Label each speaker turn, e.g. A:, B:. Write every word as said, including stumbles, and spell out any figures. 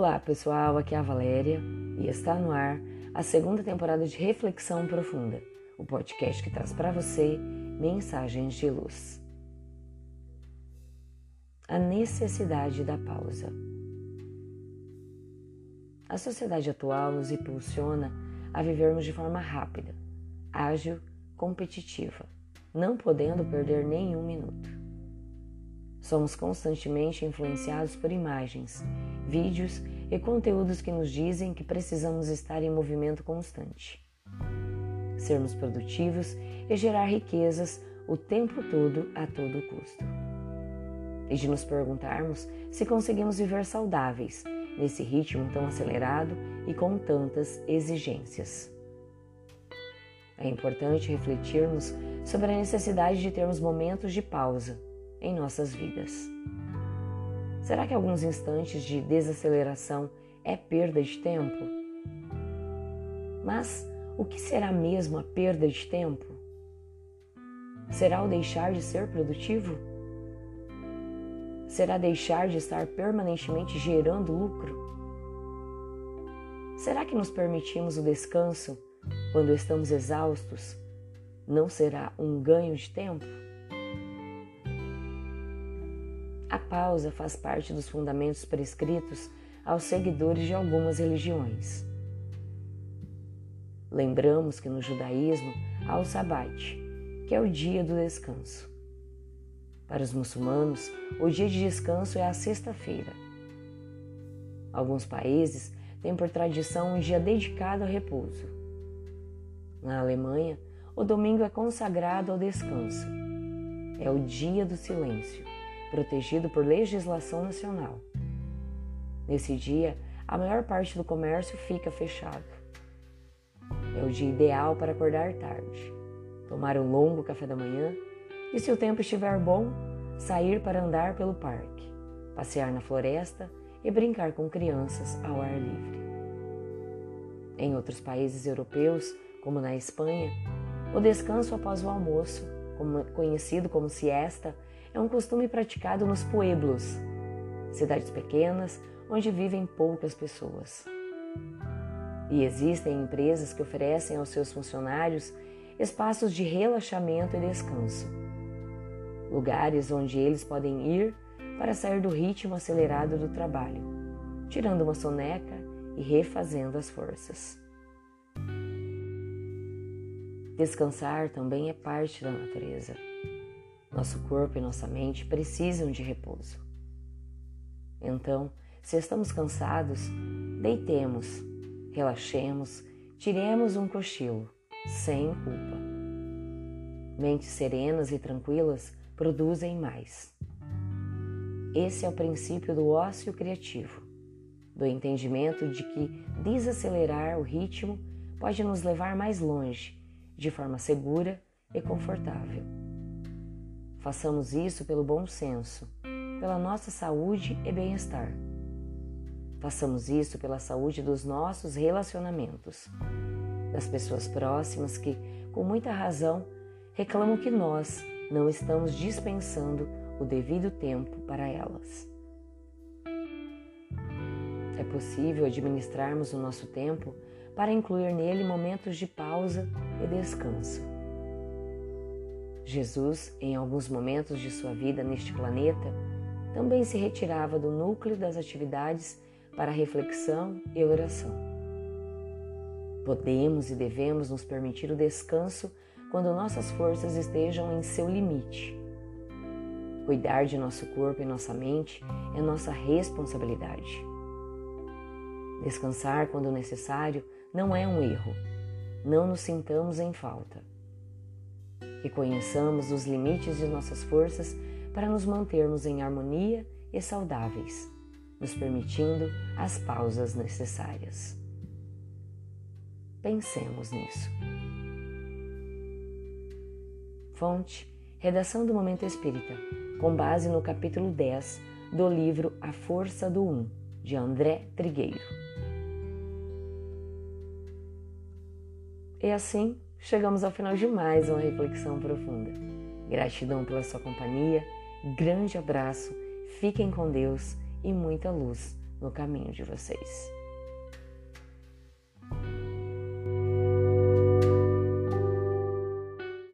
A: Olá pessoal, aqui é a Valéria e está no ar a segunda temporada de Reflexão Profunda, o podcast que traz para você mensagens de luz. A necessidade da pausa. A sociedade atual nos impulsiona a vivermos de forma rápida, ágil, competitiva, não podendo perder nenhum minuto. Somos constantemente influenciados por imagens, vídeos e conteúdos que nos dizem que precisamos estar em movimento constante, sermos produtivos e gerar riquezas o tempo todo a todo custo. E de nos perguntarmos se conseguimos viver saudáveis nesse ritmo tão acelerado e com tantas exigências. É importante refletirmos sobre a necessidade de termos momentos de pausa em nossas vidas. Será que alguns instantes de desaceleração é perda de tempo? Mas o que será mesmo a perda de tempo? Será o deixar de ser produtivo? Será deixar de estar permanentemente gerando lucro? Será que nos permitimos o descanso quando estamos exaustos? Não será um ganho de tempo? A pausa faz parte dos fundamentos prescritos aos seguidores de algumas religiões. Lembramos que no judaísmo há o sabate, que é o dia do descanso. Para os muçulmanos, o dia de descanso é a sexta-feira. Alguns países têm por tradição um dia dedicado ao repouso. Na Alemanha, o domingo é consagrado ao descanso. É o dia do silêncio, protegido por legislação nacional. Nesse dia, a maior parte do comércio fica fechado. É o dia ideal para acordar tarde, tomar um longo café da manhã e, se o tempo estiver bom, sair para andar pelo parque, passear na floresta e brincar com crianças ao ar livre. Em outros países europeus, como na Espanha, o descanso após o almoço, conhecido como siesta, é um costume praticado nos pueblos, cidades pequenas onde vivem poucas pessoas. E existem empresas que oferecem aos seus funcionários espaços de relaxamento e descanso, lugares onde eles podem ir para sair do ritmo acelerado do trabalho, tirando uma soneca e refazendo as forças. Descansar também é parte da natureza. Nosso corpo e nossa mente precisam de repouso. Então, se estamos cansados, deitemos, relaxemos, tiremos um cochilo, sem culpa. Mentes serenas e tranquilas produzem mais. Esse é o princípio do ócio criativo, do entendimento de que desacelerar o ritmo pode nos levar mais longe, de forma segura e confortável. Façamos isso pelo bom senso, pela nossa saúde e bem-estar. Façamos isso pela saúde dos nossos relacionamentos, das pessoas próximas que, com muita razão, reclamam que nós não estamos dispensando o devido tempo para elas. É possível administrarmos o nosso tempo para incluir nele momentos de pausa e descanso. Jesus, em alguns momentos de sua vida neste planeta, também se retirava do núcleo das atividades para reflexão e oração. Podemos e devemos nos permitir o descanso quando nossas forças estejam em seu limite. Cuidar de nosso corpo e nossa mente é nossa responsabilidade. Descansar quando necessário não é um erro. Não nos sintamos em falta. Reconheçamos os limites de nossas forças para nos mantermos em harmonia e saudáveis, nos permitindo as pausas necessárias. Pensemos nisso. Fonte: Redação do Momento Espírita, com base no capítulo dez do livro A Força do Um, de André Trigueiro. E assim, chegamos ao final de mais uma reflexão profunda. Gratidão pela sua companhia, grande abraço, fiquem com Deus e muita luz no caminho de vocês.